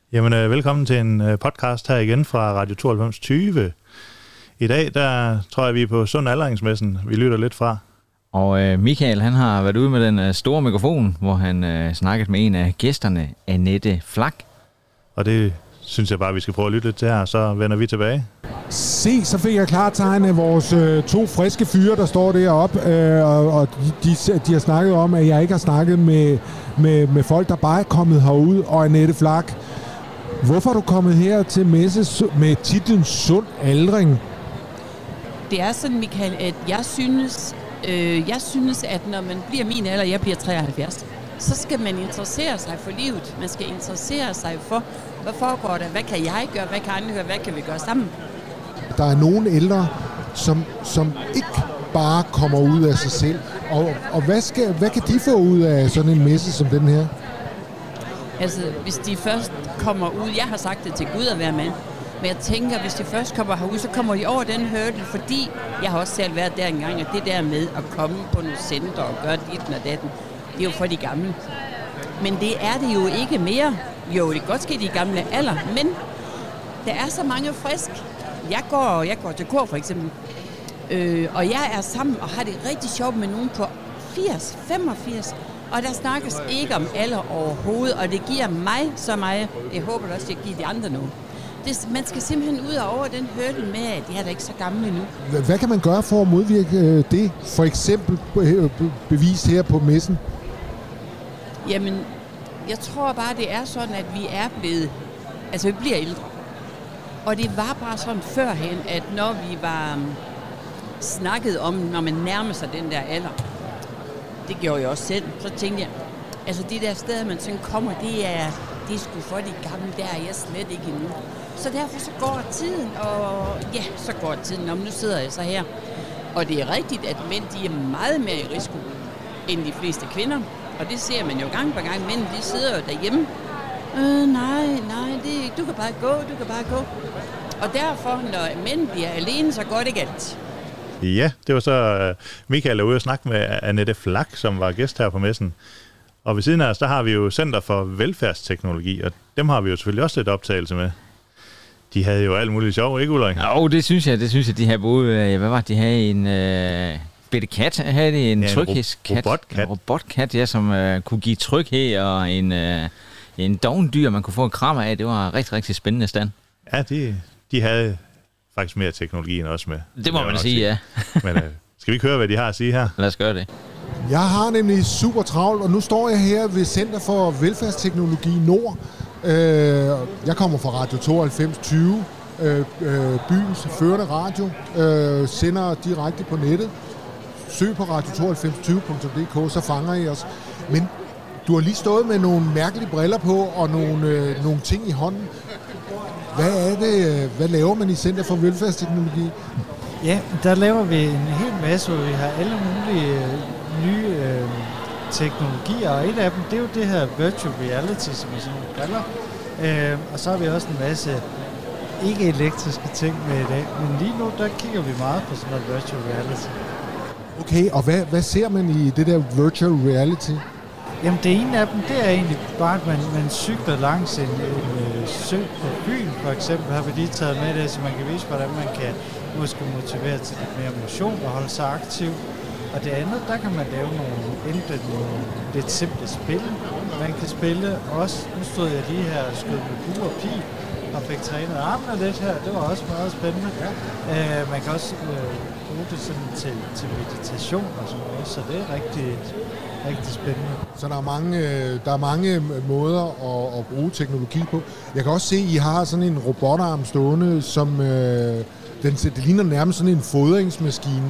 Jamen, velkommen til en podcast her igen fra Radio 9220. I dag, der tror jeg, vi er på Sund Aldringsmessen. Vi lytter lidt fra. Og Michael, han har været ude med den store mikrofon, hvor han snakket med en af gæsterne, Annette Flak. Og det synes jeg bare, vi skal prøve at lytte lidt til her, så vender vi tilbage. Se, så fik jeg klartegn af vores to friske fyre, der står deroppe, og de har snakket om, at jeg ikke har snakket med folk, der bare er kommet herud, og Annette Flak. Hvorfor er du kommet her til messe med titlen Sund Aldring? Det er sådan, Michael, at jeg synes, at når man bliver min alder, jeg bliver 73, så skal man interessere sig for livet. Man skal interessere sig for, hvad foregår der, hvad kan jeg gøre, hvad kan andre gøre, hvad kan vi gøre sammen? Der er nogle ældre, som ikke bare kommer ud af sig selv. Og hvad kan de få ud af sådan en messe som den her? Altså, hvis de først kommer ud, jeg har sagt det til Gud at være mand, men jeg tænker, hvis de først kommer herud, så kommer de over den hurdle, fordi jeg har også selv været der engang, at det der med at komme på nogle center og gøre ditten og datten, det er jo for de gamle. Men det er det jo ikke mere. Jo, det kan godt ske de gamle alder, men der er så mange frisk. Jeg går til kor for eksempel, og jeg er sammen og har det rigtig sjovt med nogen på 80, 85, og der snakkes ikke om alder overhovedet, og det giver mig så meget. Jeg håber også, det giver de andre noget. Man skal simpelthen ud og over den hurdle med, at de er da ikke så gamle nu. Hvad kan man gøre for at modvirke det? For eksempel bevist her på messen? Jamen, jeg tror bare, det er sådan, at vi er blevet... Altså, vi bliver ældre. Og det var bare sådan førhen, at når vi var snakket om, når man nærmer sig den der alder, det gjorde jeg også selv, så tænkte jeg, altså de der steder, man sådan kommer, det er sgu for de gamle, der er jeg slet ikke endnu. Så derfor så går tiden, og ja, så går tiden, og nu sidder jeg så her. Og det er rigtigt, at mænd, de er meget mere i risiko end de fleste kvinder. Og det ser man jo gang på gang. Mænd, de sidder jo derhjemme. Nej, du kan bare gå. Og derfor, når mænd bliver alene, så går det galt. Ja, det var så Michael derude og snakke med Annette Flak, som var gæst her på messen. Og ved siden af os, der har vi jo Center for Velfærdsteknologi, og dem har vi jo selvfølgelig også lidt optagelse med. De havde jo alt muligt sjov, ikke Ulrik? Jo, det synes jeg. De havde både, hvad var det, de havde en bitte kat, havde de en tryghedskat. En robotkat, ja, som kunne give tryghed, og en dovendyr, man kunne få en kram af. Det var rigtig, rigtig spændende stand. Ja, de havde faktisk mere teknologi end også med. Det må man sige, ja. Men skal vi ikke høre, hvad de har at sige her? Lad os gøre det. Jeg har nemlig super travlt, og nu står jeg her ved Center for Velfærdsteknologi Nord. Jeg kommer fra Radio 9220, byens førende radio, sender direkte på nettet. Søg på radio9220.dk, så fanger I os. Men du har lige stået med nogle mærkelige briller på og nogle ting i hånden. Hvad er det? Hvad laver man i Center for Velfærdsteknologi? Ja, der laver vi en hel masse, hvor vi har alle mulige nye teknologier, og et af dem, det er jo det her virtual reality, som er sådan nogle briller. Og så har vi også en masse ikke-elektriske ting med i dag, men lige nu, der kigger vi meget på sådan noget virtual reality. Okay, og hvad ser man i det der virtual reality? Jamen det ene af dem, det er egentlig bare, at man cykler langs en sø på byen, for eksempel har vi lige taget med det, så man kan vise, hvordan man kan måske motivere til lidt mere motion og holde sig aktiv. Og det andet, der kan man lave nogle lidt simple spil. Man kan spille også, nu stod jeg lige her og skød med bue og pil, og fik trænet armene lidt her, det var også meget spændende. Man kan også bruge det sådan til meditation og sådan noget, så det er rigtig spændende. Så der er mange måder at bruge teknologi på. Jeg kan også se, at I har sådan en robotarm stående, som det ligner nærmest sådan en fodringsmaskine.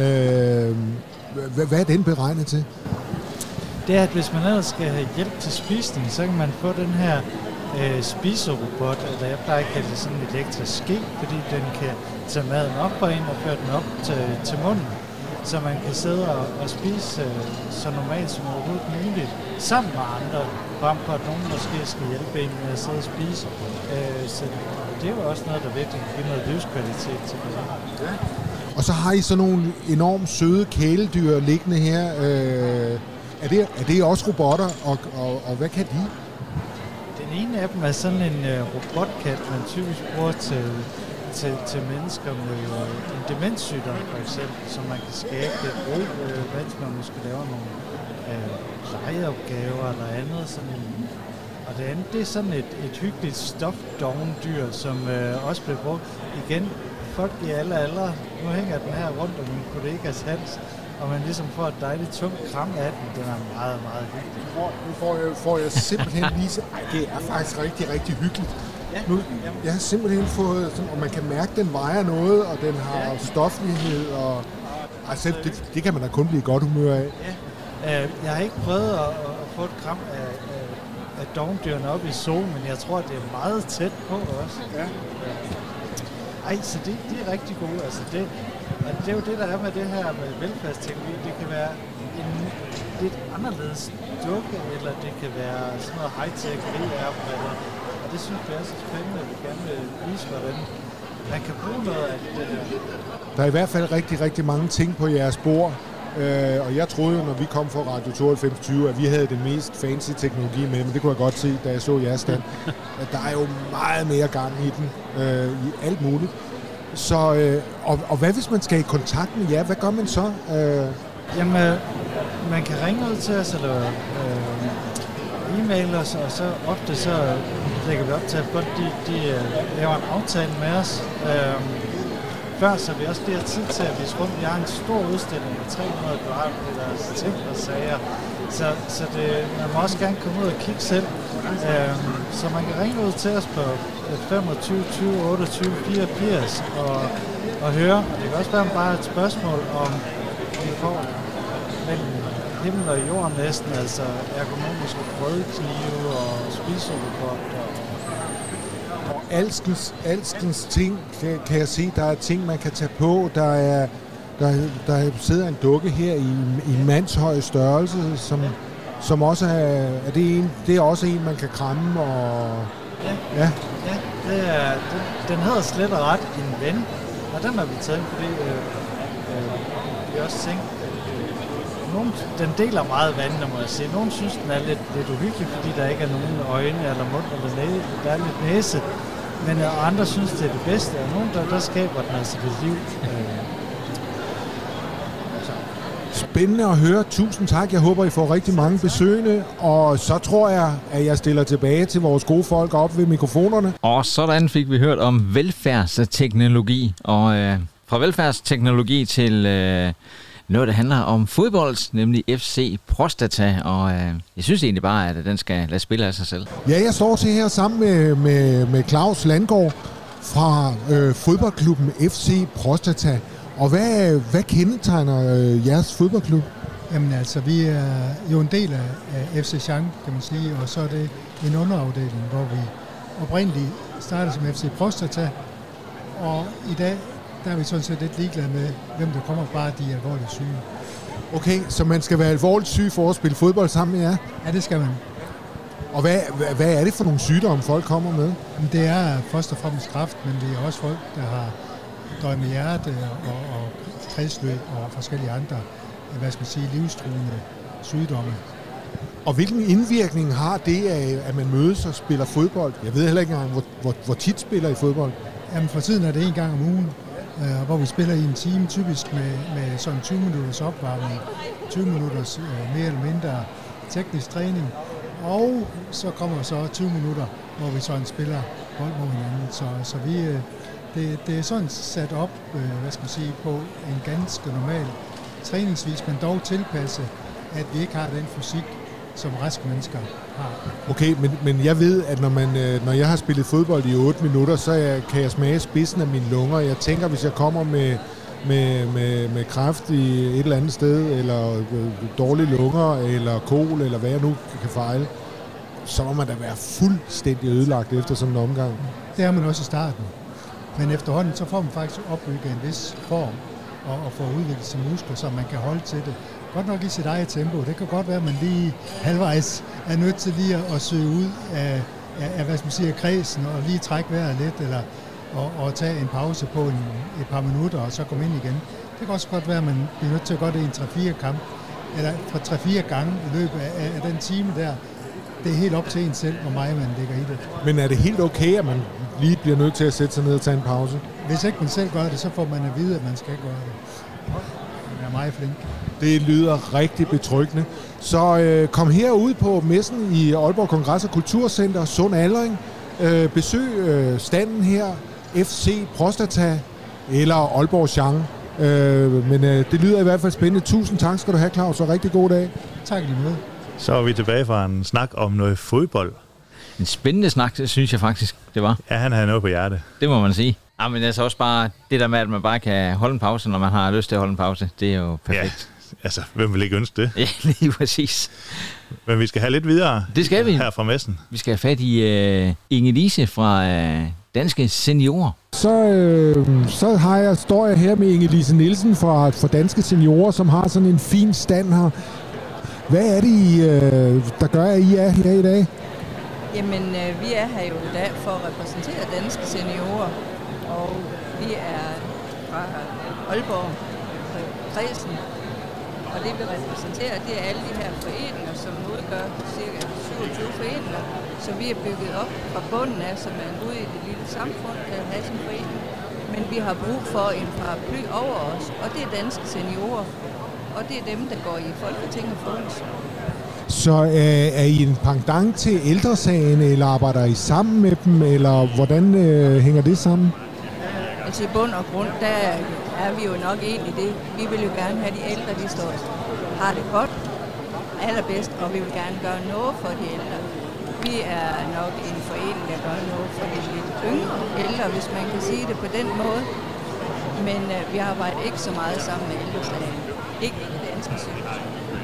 Hvad er den beregnet til? Det er, at hvis man ellers skal have hjælp til spisning, så kan man få den her spiserobot, eller jeg plejer at kalde det sådan en elektrisk ske, fordi den kan tage maden op på en og føre den op til munden. Så man kan sidde og spise så normalt som overhovedet muligt, sammen med andre, frem for at nogen måske skal hjælpe en med at sidde og spise. Så det er jo også noget, der virkelig giver noget livskvalitet til personen. Og så har I sådan nogle enormt søde kæledyr liggende her. Er det også robotter, og hvad kan de? Den Den ene af dem er sådan en robotkat, man typisk bruger til mennesker med en demenssygdom, for eksempel, som man kan skabe lidt ro, mens man måske laver nogle legeopgaver eller andet. Sådan en. Og det andet, det er sådan et hyggeligt stofdovendyr, som også bliver brugt. Igen, folk i alle aldre. Nu hænger den her rundt om min kollegas hals, og man ligesom får et dejligt tungt kram af den. Den er meget, meget hyggelig. Nu får jeg simpelthen vise, det er faktisk rigtig, rigtig hyggeligt. Ja. Nu, jeg har simpelthen fået, sådan, og man kan mærke, at den vejer noget, og den har stoflighed, og altså, det kan man da kun blive godt humør af. Ja. Jeg har ikke prøvet at få et kram af dovendyrene op i zoo, men jeg tror, det er meget tæt på også. Ja. Ej, så de er rigtig gode. Altså det er jo det, der er med det her med velfærdsteknologi. Det kan være en lidt anderledes dukke, eller det kan være sådan noget high-tech VR-briller. Og det synes jeg er så spændende, at vi gerne vil vise, hvordan man kan bruge noget af det her. Der er i hvert fald rigtig, rigtig mange ting på jeres bord. Og jeg troede jo, når vi kom fra Radio 92, at vi havde den mest fancy teknologi med, men det kunne jeg godt se, da jeg så jeres stand, at der er jo meget mere gang i den, i alt muligt. Så, og hvad hvis man skal i kontakt med jer? Hvad gør man så? Jamen, man kan ringe ud til os, eller e-mail os, og så ofte så lægger vi op til, at folk de laver en aftale med os. Før, så vi også bliver tid til at vise rundt. Vi har en stor udstilling med 300 kvadratmeter ting og sager. Så man må også gerne komme ud og kigge selv. Så man kan ringe ud til os på 25 20 28 84 og høre. Og det kan også være bare et spørgsmål om vi får mellem himmel og jord næsten, altså ergonomiske brødknive og spiserobot og alskens ting, kan jeg se. Der er ting, man kan tage på. Der sidder en dukke her i en mandshøj størrelse, som også er det er også en, man kan kramme. Og ja, den hedder slet og ret en ven, og den har vi taget, fordi vi også tænkte, den deler meget vandene, må jeg sige. Nogle synes, den er lidt uhyggelig, fordi der ikke er nogen øjne eller mund eller næse. Der er lidt næse. Men andre synes, det er det bedste. Og nogen, der skaber den altså det liv. Spændende at høre. Tusind tak. Jeg håber, I får rigtig mange besøgende. Og så tror jeg, at jeg stiller tilbage til vores gode folk op ved mikrofonerne. Og sådan fik vi hørt om velfærdsteknologi. Og fra velfærdsteknologi til noget, der handler om fodbold, nemlig FC Prostata, og jeg synes egentlig bare, at den skal lade spille af sig selv. Ja, jeg står til her sammen med Claus Landgaard fra fodboldklubben FC Prostata. Og hvad kendetegner jeres fodboldklub? Jamen altså, vi er jo en del af FC Chang, kan man sige, og så er det en underafdeling, hvor vi oprindeligt startede som FC Prostata, og i dag der er vi sådan set lidt ligeglade med, hvem der kommer, bare de er alvorligt syge. Okay, så man skal være alvorligt syg for at spille fodbold sammen med jer? Ja, det skal man. Og hvad er det for nogle sygdomme, folk kommer med? Det er først og fremmest kræft, men det er også folk, der har døje med hjerte og kredsløb og forskellige andre, hvad skal man sige, livstruende sygdomme. Og hvilken indvirkning har det af, at man mødes og spiller fodbold? Jeg ved heller ikke engang, hvor tit spiller I fodbold? Jamen for tiden er det en gang om ugen, hvor vi spiller i en time, typisk med sådan 20 minutters opvarmning, 20 minutters mere eller mindre teknisk træning, og så kommer så 20 minutter, hvor vi sådan spiller bold mod hinanden. Så vi, det er sådan sat op, hvad skal man sige, på en ganske normal træningsvis, men dog tilpasse, at vi ikke har den fysik, som raske mennesker har. Okay, men jeg ved, at når jeg har spillet fodbold i 8 minutter, så kan jeg smage spidsen af mine lunger. Jeg tænker, hvis jeg kommer med kræft i et eller andet sted, eller dårlige lunger, eller kol, eller hvad jeg nu kan fejle, så må man da være fuldstændig ødelagt efter sådan en omgang. Det er man også i starten. Men efterhånden, så får man faktisk opbygget en vis form, og får udviklet sine muskler, så man kan holde til det. Godt nok i sit eget tempo. Det kan godt være, at man lige halvvejs er nødt til lige at søge ud af hvad skal man sige, kredsen, og lige trække vejret lidt, eller og tage en pause på et par minutter, og så komme ind igen. Det kan også godt være, at man bliver nødt til at gøre det i en 3-4 kamp, eller fra 3-4 gange i løbet af den time der. Det er helt op til en selv, hvor meget man lægger i det. Men er det helt okay, at man lige bliver nødt til at sætte sig ned og tage en pause? Hvis ikke man selv gør det, så får man at vide, at man skal gøre det. Man er meget flink. Det lyder rigtig betryggende. Så kom herud på messen i Aalborg Kongress- og Kulturcenter, Sund Aldring. Besøg standen her, FC Prostata eller Aalborg Chang. Men det lyder i hvert fald spændende. Tusind tak skal du have, Claus, og rigtig god dag. Tak lige med. Så er vi tilbage fra en snak om noget fodbold. En spændende snak, det synes jeg faktisk, det var. Ja, han havde noget på hjertet. Det må man sige. Ja, men altså også bare det der med, at man bare kan holde en pause, når man har lyst til at holde en pause. Det er jo perfekt. Ja, altså, hvem vil ikke ønske det? Ja, lige præcis. Men vi skal have lidt videre. Det skal vi. Her fra messen. Vi skal have fat i Inge-Lise fra Danske Seniorer. Så står jeg her med Inge-Lise Nielsen fra Danske Seniorer, som har sådan en fin stand her. Hvad er det, der gør, at I er her i dag? Jamen, vi er her jo i dag for at repræsentere Danske Seniorer, og vi er fra Aalborg, kredsen. Og det vi repræsenterer, det er alle de her foreninger, som udgør ca. 27 foreninger, som vi er bygget op fra bunden af, som er ude i det lille samfund, der har sin forening. Men vi har brug for en paraply over os, og det er Danske Seniorer. Og det er dem, der går i Folketinget for os. Så er I en pendant til ældresagen, eller arbejder I sammen med dem, eller hvordan hænger det sammen? Altså i bund og grund, der er vi jo nok egentlig det. Vi vil jo gerne have de ældre, de har det godt, allerbedst, og vi vil gerne gøre noget for de ældre. Vi er nok en forening, der gør noget for de lidt yngre ældre, hvis man kan sige det på den måde. Men vi arbejder ikke så meget sammen med ældresagen. Ikke i det danske system.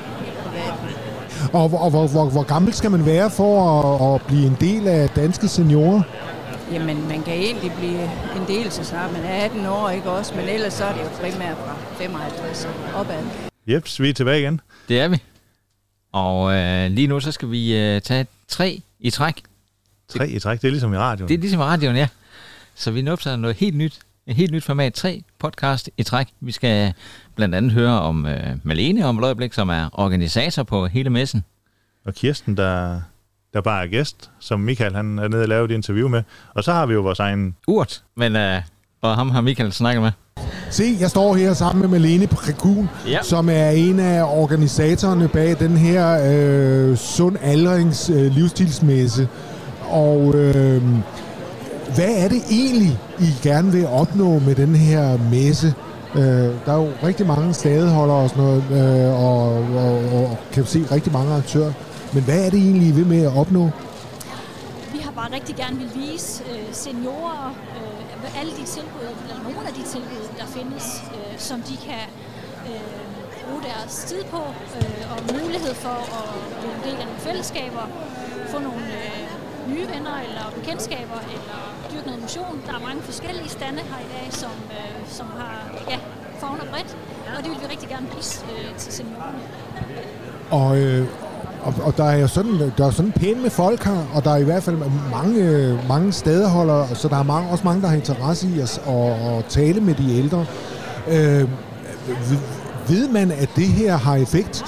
Og hvor gammel skal man være for at blive en del af Danske Seniorer? Jamen, man kan egentlig blive en del, så snart man er 18 år, ikke også? Men ellers så er det jo primært fra 55 opad. Jeps, vi er tilbage igen. Det er vi. Og lige nu så skal vi tage 3 i træk. 3 i træk, det er ligesom i radioen. Det er ligesom i radioen, ja. Så vi optager noget helt nyt. Et helt nyt format, 3 podcast i træk. Vi skal blandt andet høre om Malene om et øjeblik, som er organisator på hele messen. Og Kirsten, der bare er gæst, som Michael han er nede og lavet et interview med. Og så har vi jo vores egen Urt, men og ham har Michael snakket med. Se, jeg står her sammen med Malene Prekun, ja, som er en af organisatorerne bag den her Sund Aldrings livsstilsmesse. Og hvad er det egentlig, I gerne vil opnå med den her messe? Der er jo rigtig mange stadeholdere og sådan noget, og kan vi se rigtig mange aktører. Men hvad er det egentlig, I vil med at opnå? Vi har bare rigtig gerne vil vise seniorer alle de tilbud, eller nogle af de tilbud, der findes, som de kan bruge deres tid på, og mulighed for at blive en del af nogle fællesskaber, få nogle nye venner eller bekendtskaber, eller dyrke noget motion. Der er mange forskellige stande her i dag, som har favner bredt, og det vil vi rigtig gerne vise til seniorerne. Og der er jo sådan pænt med folk her, og der er i hvert fald mange stadeholdere, så der er også mange, der har interesse i at tale med de ældre. Ved man, at det her har effekt?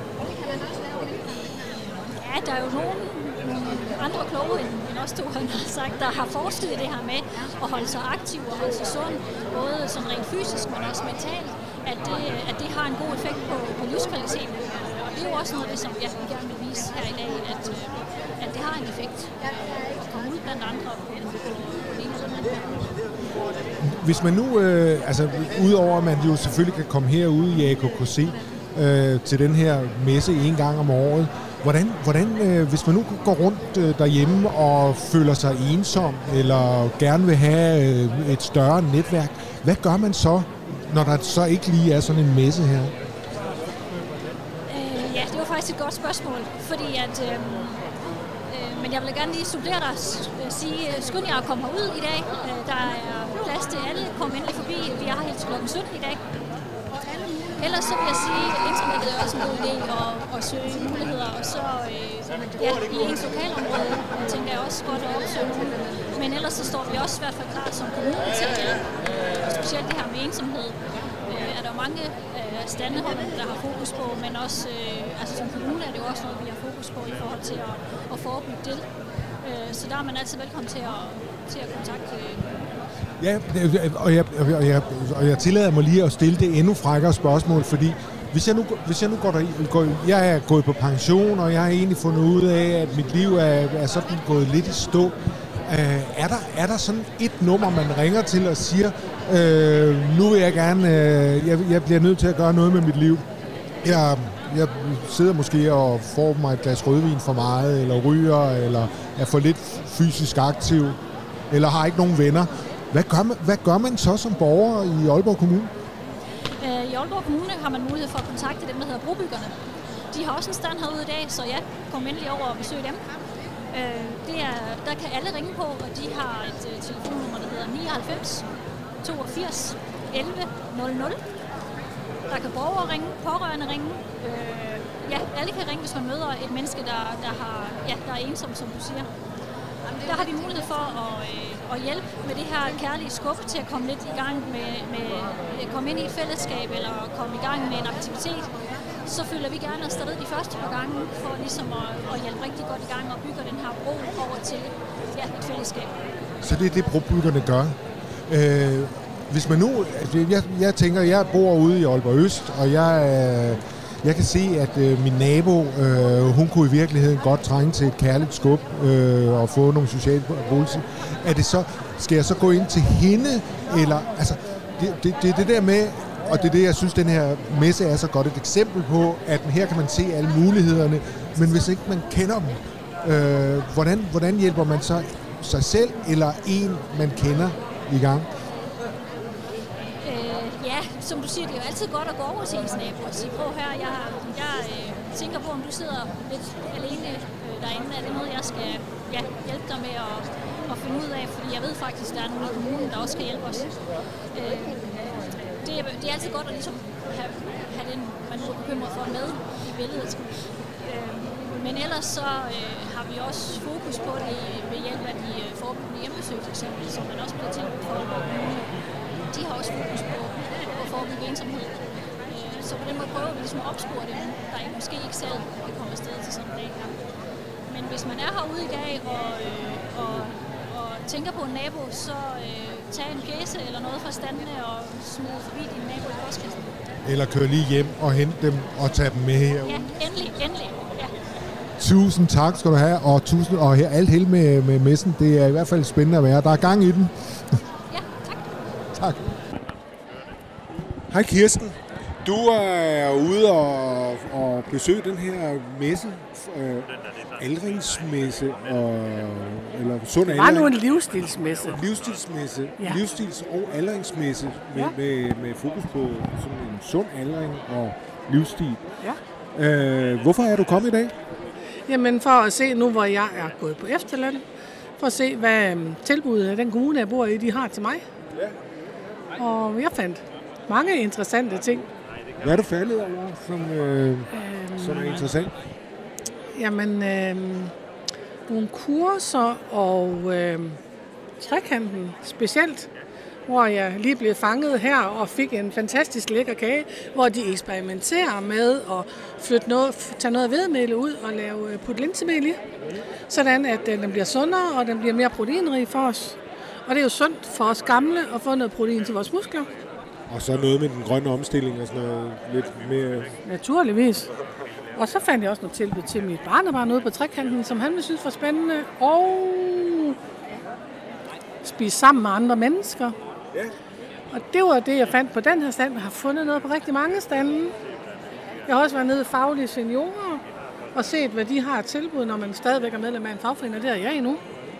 Ja, der er jo nogle andre kloge end os to, har sagt, der har forsket i det her med at holde sig aktiv og holde sig sund, både sådan rent fysisk, men også mentalt, at det har en god effekt på livskvaliteten. Og det er jo også noget af det, som jeg gerne vil vise her i dag, at det har en effekt at komme ud blandt andre på en eller anden måde. Hvis man nu, udover at man jo selvfølgelig kan komme herud i AKKC til den her messe en gang om året, hvordan hvis man nu går rundt derhjemme og føler sig ensom, eller gerne vil have et større netværk, hvad gør man så, når der så ikke lige er sådan en messe her? Ja, det var faktisk et godt spørgsmål, fordi at... Men jeg vil gerne lige studere dig og sige, skynd jer at komme herud i dag. Der er plads til alle. Kom endelig forbi. Vi er her helt til klokken 17 i dag. Ellers så vil jeg sige, at internettet er også en god idé at søge muligheder. Og så i ens lokalområde tænker jeg også godt at opsøge nogen. Men ellers så står vi også i hvert fald klar som kommune til at hjælpe. Specielt det her med ensomhed er der mange standehold, der har fokus på, men også altså som kommune er det jo også noget, vi har fokus på i forhold til at forebygge det. Så der er man altid velkommen til at kontakte. Ja, og jeg tillader mig lige at stille det endnu frækkere spørgsmål, fordi hvis jeg nu jeg er gået på pension, og jeg har egentlig fundet ud af, at mit liv er sådan gået lidt i stå. Er der sådan et nummer, man ringer til og siger, nu vil jeg gerne, jeg bliver nødt til at gøre noget med mit liv. Jeg sidder måske og får mig et glas rødvin for meget, eller ryger, eller er for lidt fysisk aktiv, eller har ikke nogen venner. Hvad gør man så som borger i Aalborg Kommune? I Aalborg Kommune har man mulighed for at kontakte dem, der hedder Brobyggerne. De har også en stand herude i dag, så ja, kom endelig over og besøg dem. Der kan alle ringe på, og de har et telefonnummer, der hedder 99 82 11 00. Der kan borgere ringe, pårørende ringe. Alle kan ringe, hvis man møder et menneske, der er ensom, som du siger. Der har de mulighed for at hjælpe med det her kærlige skub til at komme lidt i gang med komme ind i et fællesskab eller komme i gang med en aktivitet. Så følger vi gerne afsted de første par gange for ligesom at hjælpe rigtig godt i gang og bygge den her bro over til et fællesskab. Så det er det, brobyggerne gør. Hvis man nu, jeg tænker, jeg bor ude i Aalborg Øst, og jeg kan se, at min nabo, hun kunne i virkeligheden godt trænge til et kærligt skub og få nogle sociale boligser. Er det så, skal jeg så gå ind til hende, eller altså det der med, og det er det, jeg synes, den her messe er så godt et eksempel på, at her kan man se alle mulighederne, men hvis ikke man kender dem, hvordan hjælper man så sig selv eller en, man kender i gang? Som du siger, det er jo altid godt at gå over til ens nabo og sige, prøv her, jeg tænker på, om du sidder lidt alene derinde. Er det noget, jeg skal hjælpe dig med at finde ud af? Fordi jeg ved faktisk, at der er nogle i kommunen, der også skal hjælpe os. Det er altid godt at ligesom have den, man er bekymret for med i billedet. Men ellers så har vi også fokus på det ved hjælp af de forebyggende hjemmebesøg, for eksempel, som man også bliver tilbudt for Aalborg Kommune. De har også fokus på at forebygge ensomhed. Så på den måde prøver vi ligesom at opspore dem, der måske ikke selv kan komme afsted til sådan en dag her. Men hvis man er herude i dag og tænker på en nabo, så tag en pjece eller noget fra standene og smid forbi din nabo i postkassen. Eller kør lige hjem og hente dem og tage dem med herude. Ja, endelig. Ja. Tusind tak skal du have, og her alt held med messen. Det er i hvert fald spændende at være. Der er gang i den. Ja, tak. Tak. Hej Kirsten. Du er ude og besøge den her messe, aldringsmesse, eller sund aldring. Det var nu en livsstilsmesse. Livsstilsmesse, ja. Livsstils- og aldringsmesse med fokus på sådan en sund aldring og livsstil. Ja. Hvorfor er du kommet i dag? Jamen for at se nu, hvor jeg er gået på efterløn, for at se, hvad tilbuddet af den kommune, jeg bor i, de har til mig. Ja. Og jeg fandt mange interessante ting. Hvad er du faldet over, som er interessant? Jamen, nogle kurser og trekanten specielt, hvor jeg lige blev fanget her og fik en fantastisk lækker kage, hvor de eksperimenterer med at tage noget hvedemel ud og putte linsemel i, sådan at den bliver sundere og den bliver mere proteinrig for os. Og det er jo sundt for os gamle at få noget protein til vores muskler. Og så noget med den grønne omstilling og sådan noget lidt mere... Naturligvis. Og så fandt jeg også noget tilbud til mit barnebarn ude på trekanten, som han ville synes var spændende. Og spise sammen med andre mennesker. Ja. Og det var det, jeg fandt på den her stand. Jeg har fundet noget på rigtig mange stande. Jeg har også været nede i Faglige Seniorer og set, hvad de har tilbud, når man stadigvæk er medlem af en fagforening, og det er jeg endnu.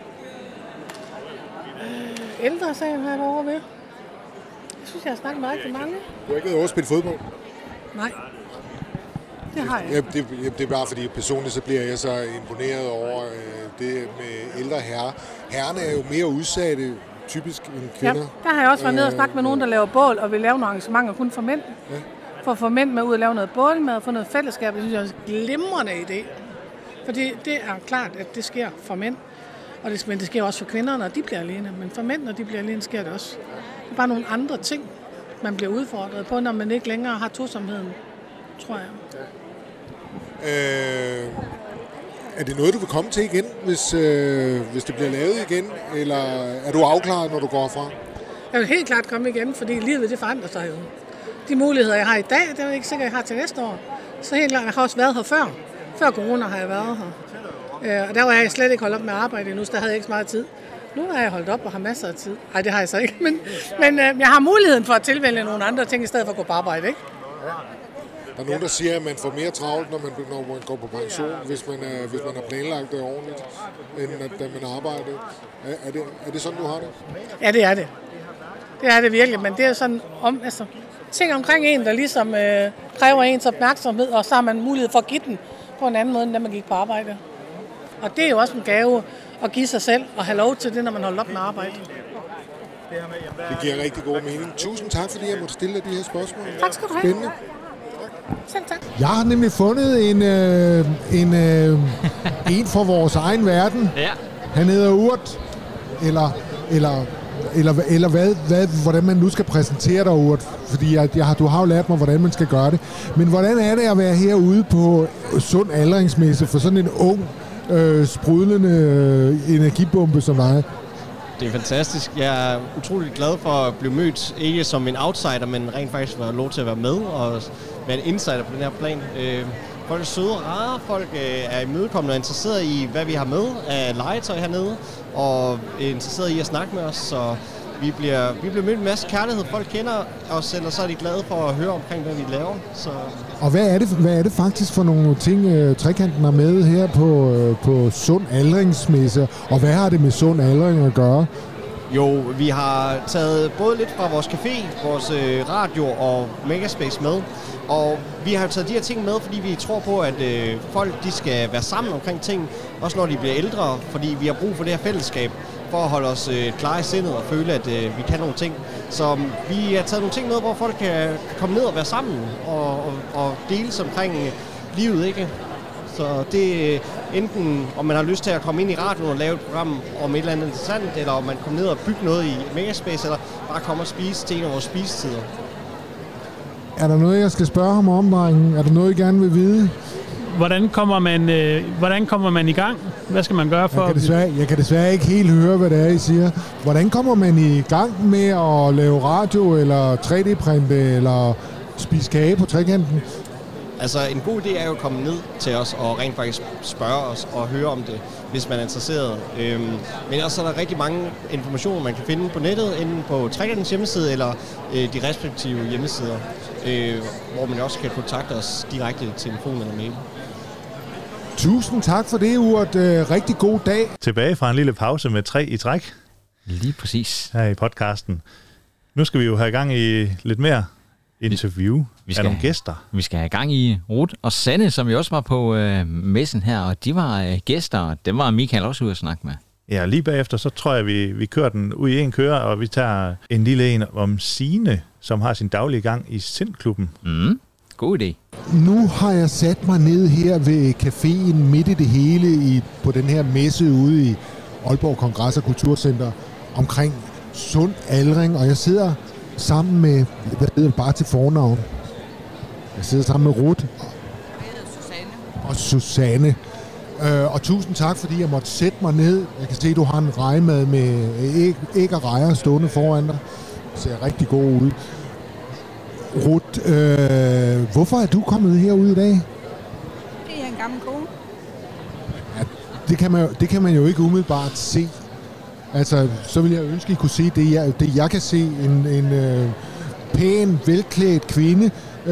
Ældresagen har jeg været over ved. Jeg synes, jeg har snakket med rigtig mange. Du har ikke været over at spille fodbold? Nej, det har jeg. Ja, det er bare fordi personligt, så bliver jeg så imponeret over det med ældre herrer. Herrerne er jo mere udsatte, typisk, end kvinder. Ja, der har jeg også været nede og snakket med nogen, der laver bål og vil lave nogle arrangementer kun for mænd. Ja. For at få mænd med ud og lave noget bålmad og få noget fællesskab. Det synes jeg er en glimrende idé. Fordi det er klart, at det sker for mænd. Men det sker også for kvinder, når de bliver alene. Men for mænd, når de bliver alene, sker det også. Det er bare nogle andre ting. man bliver udfordret på, når man ikke længere har tosomheden, tror jeg. Er det noget, du vil komme til igen, hvis det bliver lavet igen, eller er du afklaret, når du går herfra? Jeg vil helt klart komme igen, fordi livet det forandrer sig jo. De muligheder, jeg har i dag, det er jeg ikke sikkert, jeg har til næste år. Så helt klart, jeg har også været her før. Før corona har jeg været her. Og der var jeg slet ikke holdt op med at arbejde endnu, så der havde jeg ikke så meget tid. Nu har jeg holdt op og har masser af tid. Nej, det har jeg så ikke, men jeg har muligheden for at tilvælge nogle andre ting, i stedet for at gå på arbejde, ikke? Der er nogen, der siger, at man får mere travlt, når man går på pension, hvis man har planlagt det ordentligt, end da man arbejder. Er det sådan, du har det? Ja, det er det. Det er det virkelig, men det er sådan ting omkring en, der ligesom kræver ens opmærksomhed, og så har man mulighed for at give den på en anden måde, end da man gik på arbejde. Og det er jo også en gave at give sig selv og have lov til det, når man holder op med arbejde. Det giver rigtig god mening. Tusind tak, fordi jeg måtte stille dig de her spørgsmål. Tak skal du have. Spændende. Selv tak. Jeg har nemlig fundet en fra vores egen verden. Ja. Han hedder Urt. Eller hvordan man nu skal præsentere dig, Urt. Fordi du har jo lært mig, hvordan man skal gøre det. Men hvordan er det at være herude på Sund Aldringsmesse for sådan en ung, sprudlende energibombe som dig? Det er fantastisk. Jeg er utroligt glad for at blive mødt, ikke som en outsider, men rent faktisk være lov til at være med og være en insider på den her plan. Folk er søde og rare, folk er imødekommende og interesseret i, hvad vi har med af legetøj hernede, og er interesseret i at snakke med os, så vi bliver mødt med en masse kærlighed. Folk kender os, eller så er de glade for at høre omkring, hvad vi laver. Så. Og hvad er det faktisk for nogle ting, Trekanten er med her på Sund Aldringsmesse, og hvad har det med sund aldring at gøre? Jo, vi har taget både lidt fra vores café, vores radio og Megaspace med, og vi har taget de her ting med, fordi vi tror på, at folk de skal være sammen omkring ting, også når de bliver ældre, fordi vi har brug for det her fællesskab, for at holde os klare i sindet og føle, at vi kan nogle ting. Så vi har taget nogle ting med, hvor folk kan komme ned og være sammen og deles omkring livet, ikke? Så det er enten, om man har lyst til at komme ind i radioen og lave et program om et eller andet interessant, eller om man kommer ned og bygge noget i Megaspace, eller bare komme og spise til en af vores spisetider. Er der noget, jeg skal spørge ham om, drengen? Er der noget, I gerne vil vide? Hvordan kommer man i gang? Hvad skal man gøre for... Jeg kan desværre ikke helt høre, hvad det er, I siger. Hvordan kommer man i gang med at lave radio, eller 3D-printe, eller spise kage på Trekanten? Altså, en god idé er jo at komme ned til os og rent faktisk spørge os og høre om det, hvis man er interesseret. Men også er der rigtig mange informationer, man kan finde på nettet, enten på Trekantens hjemmeside eller de respektive hjemmesider, hvor man også kan kontakte os direkte i telefon eller mail. Tusind tak for det, Urt. Rigtig god dag. Tilbage fra en lille pause med 3 i træk. Lige præcis. Her i podcasten. Nu skal vi jo have gang i lidt mere interview af nogle gæster. Vi skal have gang i Ruth og Sanne, som jo også var på messen her, og de var gæster, og dem var Michael også ude at snakke med. Ja, lige bagefter, så tror jeg, vi kører den ud i en køre, og vi tager en lille en om Signe, som har sin daglige gang i Sindklubben. God idé. Nu har jeg sat mig ned her ved caféen midt i det hele på den her messe ude i Aalborg Kongress- og Kulturcenter omkring sund aldring, og jeg sidder sammen med, hvad hedder bare til fornavn? Jeg sidder sammen med Ruth og Susanne. Og tusind tak, fordi jeg måtte sætte mig ned. Jeg kan se, at du har en rejemad med æg og rejer stående foran dig. Det ser rigtig god ud. Ruth, hvorfor er du kommet herud i dag? Det er en gammel kone. Ja, det kan man jo ikke umiddelbart se. Altså, så vil jeg ønske, at I kunne se det jeg kan se. En pæn, velklædt kvinde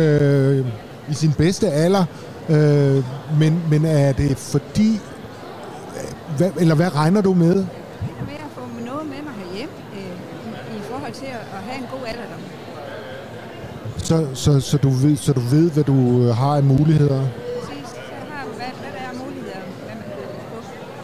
i sin bedste alder. Men er det fordi... Hvad regner du med? Med at få noget med mig herhjemme i forhold til at have en god alderdom. Så du ved, hvad du har af muligheder? Præcis. Så har du, hvad der er muligheder, hvad man kan på.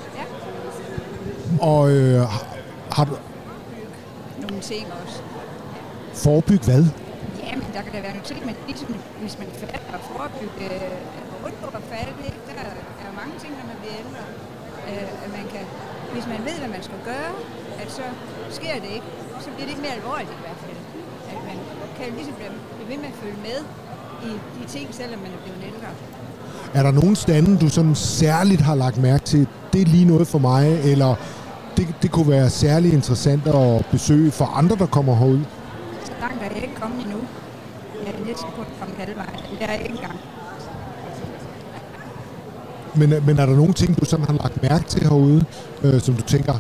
Ja. Og har du... Nogle ting også. Forebygge hvad? Jamen, der kan da være nogle ting, men ligesom hvis man falder og forebygge undgå at falde, der er mange ting, når man bliver ældre. At man kan, hvis man ved, hvad man skal gøre, at så sker det ikke. Så bliver det ikke mere alvorligt i hvert fald. At man kan ligesom blive ved med at følge med i de ting, selvom man er blevet ældre. Er der nogle stande, du sådan særligt har lagt mærke til? Det er lige noget for mig, eller det kunne være særligt interessant at besøge for andre, der kommer herud? Så langt er jeg ikke kommet endnu. Jeg er næsten på at komme halvvejs. Det er jeg ikke engang. Men er der nogle ting, du sådan har lagt mærke til herude, som du tænker?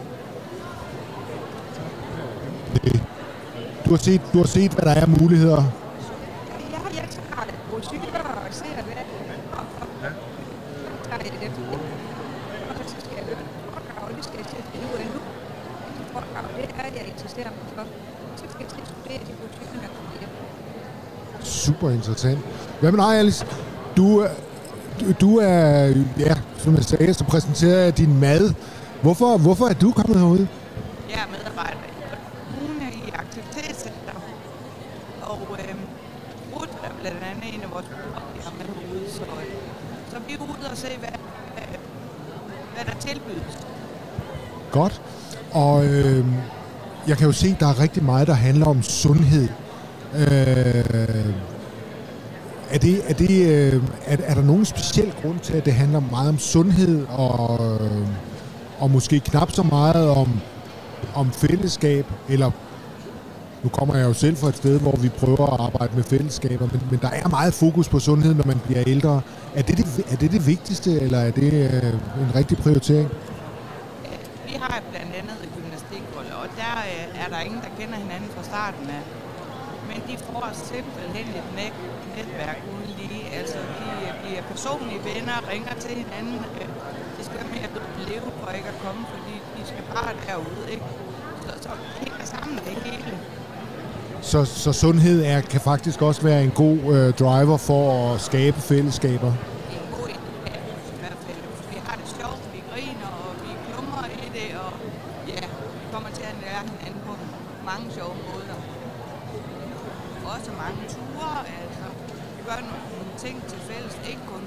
Du har set, hvad der er muligheder. Jeg tager det på cykler og ser, hvad det er. Så tager jeg det efter. Og så skal jeg høre det foredrag, det skal jeg til at finde ud af nu. Det foredrag, det er jeg interesserer mig for. Så skal jeg til at studere de på cykler, der kommer hjem. Super interessant. Hvad med dig, Alice? Du er, ja, som jeg sagde, så præsenterer jeg din mad. Hvorfor er du kommet herude? Jeg er medarbejder i aktivitetscenter, og Ruth er blandt andet en af vores brugere, vi har med herude, så vi er ude og se, hvad der tilbydes. Godt. Og jeg kan jo se, at der er rigtig meget, der handler om sundhed. Er der nogen speciel grund til, at det handler meget om sundhed, og måske knap så meget om fællesskab, eller nu kommer jeg jo selv fra et sted, hvor vi prøver at arbejde med fællesskaber, men der er meget fokus på sundhed, når man bliver ældre. Er det det vigtigste, eller er det en rigtig prioritering? Vi har blandt andet gymnastikhold, og der er der ingen, der kender hinanden fra starten af. Men de får simpelthen et netværk uden lige. Altså, de bliver personlige venner, ringer til hinanden. De skal med at leve for ikke at komme, fordi de skal bare derude, ikke? Så hænger sammen det hele. Så sundhed kan faktisk også være en god driver for at skabe fællesskaber? En god idé, i hvert fald. Vi har det sjovt, vi griner, og vi klumrer i det, og ja, vi kommer til at lære hinanden på mange sjove måder. Også mange ture, altså vi gør nogle ting til fælles, ikke kun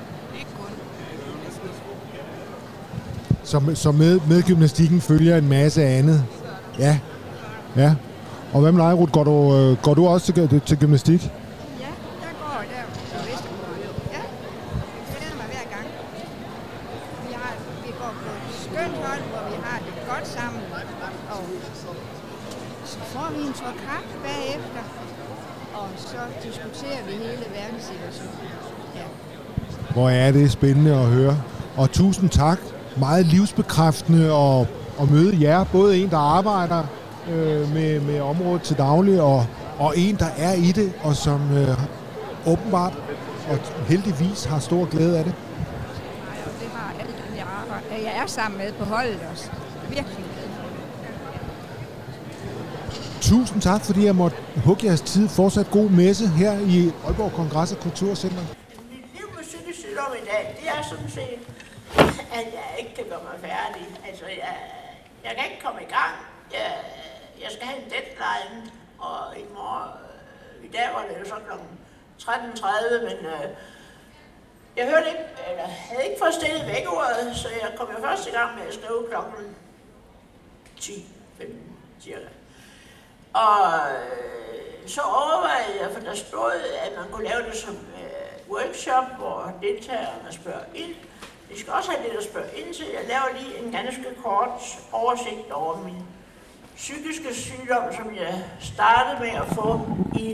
gymnastik. Så med gymnastikken følger en masse andet? Ja. Og hvad med dig, Ruth? Går du også til gymnastik? Ja, jeg går der på Vestergaard. Ja, jeg glæder mig hver gang. Vi går på et skønt hold, hvor vi har det godt sammen, og så får vi en tår kaffe bagefter. Og så diskuterer vi hele verdenssituationen. Ja. Hvor er det spændende at høre. Og tusind tak. Meget livsbekræftende at møde jer. Både en, der arbejder med området til daglig, og en, der er i det, og som åbenbart og heldigvis har stor glæde af det. Nej, og det har alle dem, jeg er sammen med på holdet også. Virkelig glad for det. Tusind tak, fordi jeg måtte hugge jeres tid. Fortsat god messe her i Aalborg Kongres- og Kulturcenter. Mit liv med psykisk sygdom i dag, det er sådan set, at jeg ikke kan gøre mig færdig. Altså, jeg kan ikke komme i gang. Jeg skal have en deadline, og i dag var det jo så kl. 13.30, men jeg hørte ikke, eller havde ikke fået stillet vækkeordet, så jeg kom jo først i gang med at skrive klokken 10:15 cirka. Og så overvejede jeg, for der stod, at man kunne lave det som workshop, hvor deltagerne spørger ind. De skal også have lidt at spørge ind til. Jeg laver lige en ganske kort oversigt over min psykiske sygdom, som jeg startede med at få i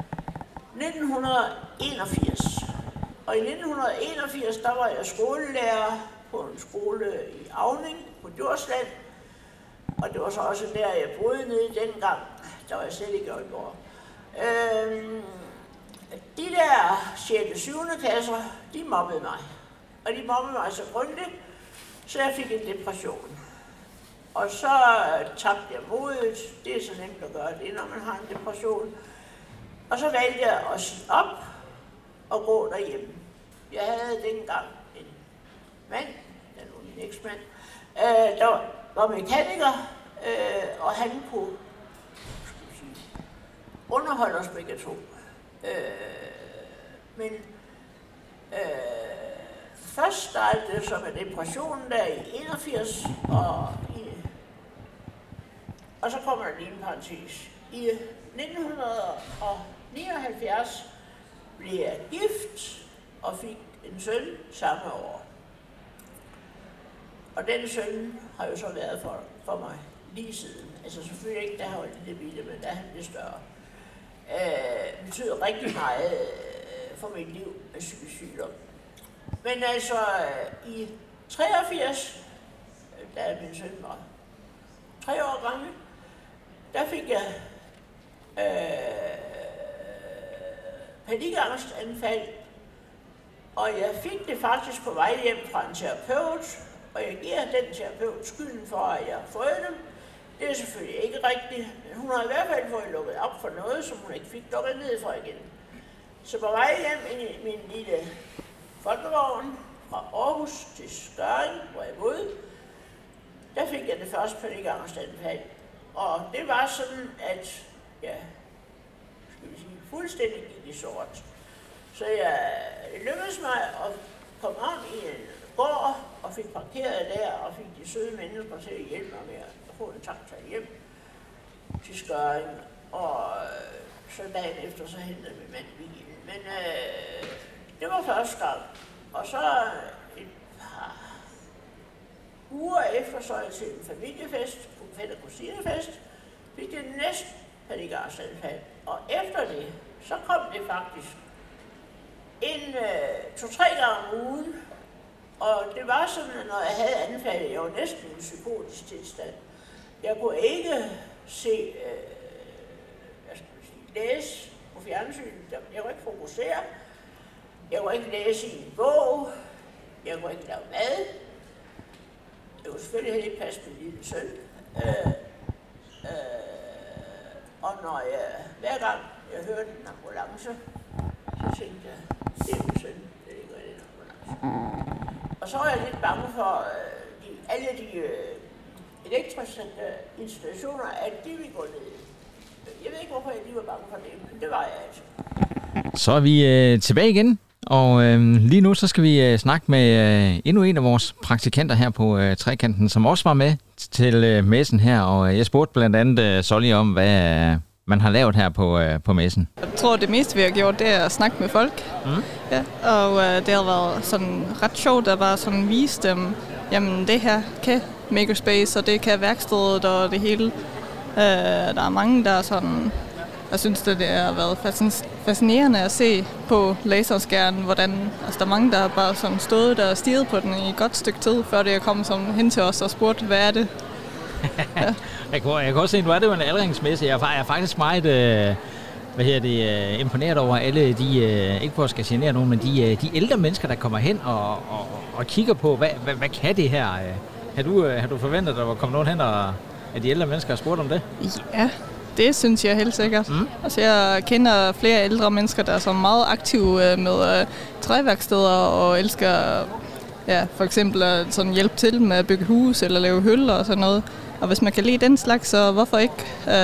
1981. Og i 1981, der var jeg skolelærer på en skole i Auning på Djursland. Og det var så også der, jeg boede nede dengang. Der var jeg selv i Aalborg. De der 6. og 7. klasser, de mobbede mig. Og de mobbede mig så grundigt, så jeg fik en depression. Og så tabte jeg modet. Det er så nemt at gøre det, når man har en depression. Og så valgte jeg at sige op og gå derhjemme. Jeg havde dengang en mand, den var min eksmand, der var mekaniker, og han kunne underholde os begge to. Men først startede det så med depressionen der i 81, og så kommer der lige en parentes. i 1979 blev jeg gift og fik en søn samme år. Og den søn har jo så været for mig lige siden. Altså selvfølgelig ikke, da han var lille bitte, men da han blev større. Betyder rigtig meget for mit liv med psykisk sygdom. Men altså i 83, da min søn var 3 år gammel, der fik jeg panikangstanfald, og jeg fik det faktisk på vej hjem fra en terapeut, og jeg giver den terapeut skylden for, at jeg har fået dem. Det er selvfølgelig ikke rigtigt, men hun har i hvert fald fået lukket op for noget, som hun ikke fik lukket ned for igen. Så på vej hjem i min lille folkevogn fra Aarhus til Skørring, hvor jeg boede, der fik jeg det første panikangstanfald. Og det var sådan, at jeg fuldstændig gik i sort. Så det lykkedes mig at komme om i en gård og fik parkeret der og fik de søde mennesker til at hjælpe mig med at få en taxa hjem til Skørring. Og så dagen efter, så hentede min mand bilen. Men det var første gang. Og så et par uger efter, så jeg til en familiefest, fætter kusinefest, fik det næste panikangstanfald. Og efter det, så kom det faktisk 2-3 gange om ugen. Og det var sådan, at når jeg havde anfaldet, jeg var næsten i en psykotisk tilstand. Jeg kunne ikke læse på fjernsynet. Jeg kunne ikke fokusere. Jeg kunne ikke læse i en bog. Jeg kunne ikke lave mad. Jeg kunne selvfølgelig heller ikke passe min lille søn. Og når hver gang jeg hørte en ambulance, så tænkte jeg, det er min søn, det ligger i den ambulance. Og så var jeg lidt bange for alle de elektriske installationer, at de ville gå ned. Jeg ved ikke, hvorfor jeg lige var bange for det, men det var jeg altså. Så er vi tilbage igen, og lige nu så skal vi snakke med endnu en af vores praktikanter her på Trekanten, som også var med til messen her, og jeg spurgte blandt andet Solly om, hvad man har lavet her på messen. Jeg tror, det meste vi har gjort, det er at snakke med folk. Ja, og det har været sådan ret sjovt at bare sådan vise dem, jamen det her kan Makerspace, og det kan værkstedet og det hele. Der er mange, der sådan, jeg synes, det har været fascinerende at se på laserskærmen, hvordan, altså der er mange, der har bare sådan stået der og stirret på den i et godt stykke tid, før det er kommet sådan hen til os og spurgt, hvad er det? Ja. Jeg kan også se, at nu er det jo en aldringsmesse. Jeg er faktisk meget imponeret over alle de, ikke for at skal genere nogen, men de ældre mennesker, der kommer hen og kigger på, hvad kan det her? Har du forventet, at der var kommet nogen hen, og at de ældre mennesker har spurgt om det? Ja, det synes jeg helt sikkert. Altså, jeg kender flere ældre mennesker, der er så meget aktive med træværksteder og elsker for eksempel at sådan hjælpe til med at bygge hus eller lave høller og sådan noget. Og hvis man kan lide den slags, så hvorfor ikke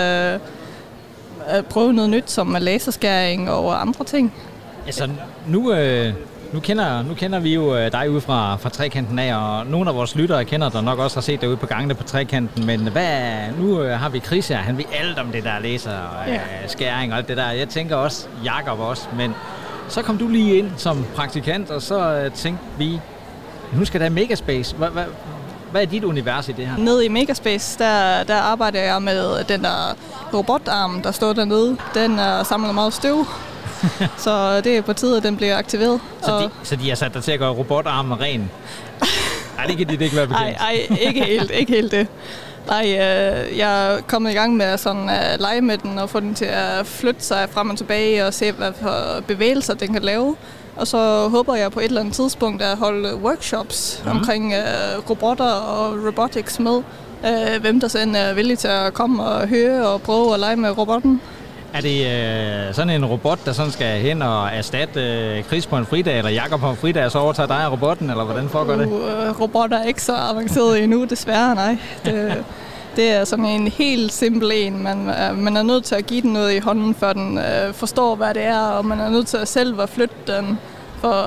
prøve noget nyt som laserskæring og andre ting? Altså, nu kender vi jo dig ude fra Trekanten af, og nogle af vores lyttere kender dig nok også har set dig ude på gangene på Trekanten, men nu har vi Chris her, han ved alt om det der laserskæring og alt det der. Jeg tænker også Jakob også, men så kom du lige ind som praktikant, og så tænkte vi, nu skal der Makerspace. Hvad er dit univers i det her? Nede i Makerspace, der arbejder jeg med den der robotarm, der står dernede. Den samler meget støv, så det er på tide, at den bliver aktiveret. Så de har sat dig til at gøre robotarmen ren? Nej, det kan de ikke være bekendt. Nej, ikke helt det. Nej, jeg er kommet i gang med sådan at lege med den og få den til at flytte sig frem og tilbage og se, hvad for bevægelser den kan lave. Og så håber jeg på et eller andet tidspunkt at holde workshops omkring robotter og robotics med. Hvem der sådan er villig til at komme og høre og prøve at lege med robotten. Er det sådan en robot, der sådan skal hen og erstatte Chris på en fridag, eller Jakob på en fridag, og så overtager dig af robotten, eller hvordan foregår det? Robotter er ikke så avanceret endnu, desværre, nej. Det er sådan en helt simpel en. Man er nødt til at give den noget i hånden, før den forstår, hvad det er, og man er nødt til at selv at flytte den. For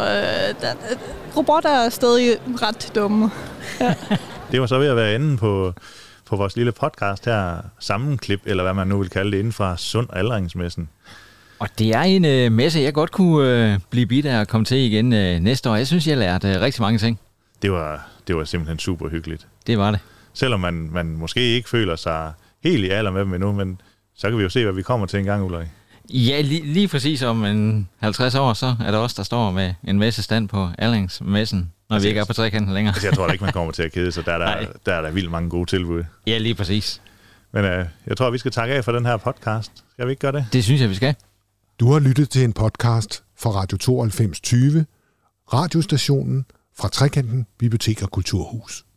robotter er stadig ret dumme. Ja. Det var så ved at være enden på på vores lille podcast her, sammenklip, eller hvad man nu vil kalde det, inden fra Sund Aldringsmessen. Og det er en messe, jeg godt kunne blive bidt af at komme til igen næste år. Jeg synes, jeg lærte rigtig mange ting. Det var simpelthen super hyggeligt. Det var det. Selvom man måske ikke føler sig helt i alder med dem endnu, men så kan vi jo se, hvad vi kommer til en gang, Ulrik. Ja, lige præcis om en 50 år, så er der også der står med en messestand på Aldringsmessen, når vi ikke er på trekanten længere. Jeg tror ikke, man kommer til at kede sig. Der er der vildt mange gode tilbud. Ja, lige præcis. Men jeg tror, vi skal takke af for den her podcast. Skal vi ikke gøre det? Det synes jeg, vi skal. Du har lyttet til en podcast fra Radio 9220, radiostationen fra Trekanten Bibliotek og Kulturhus.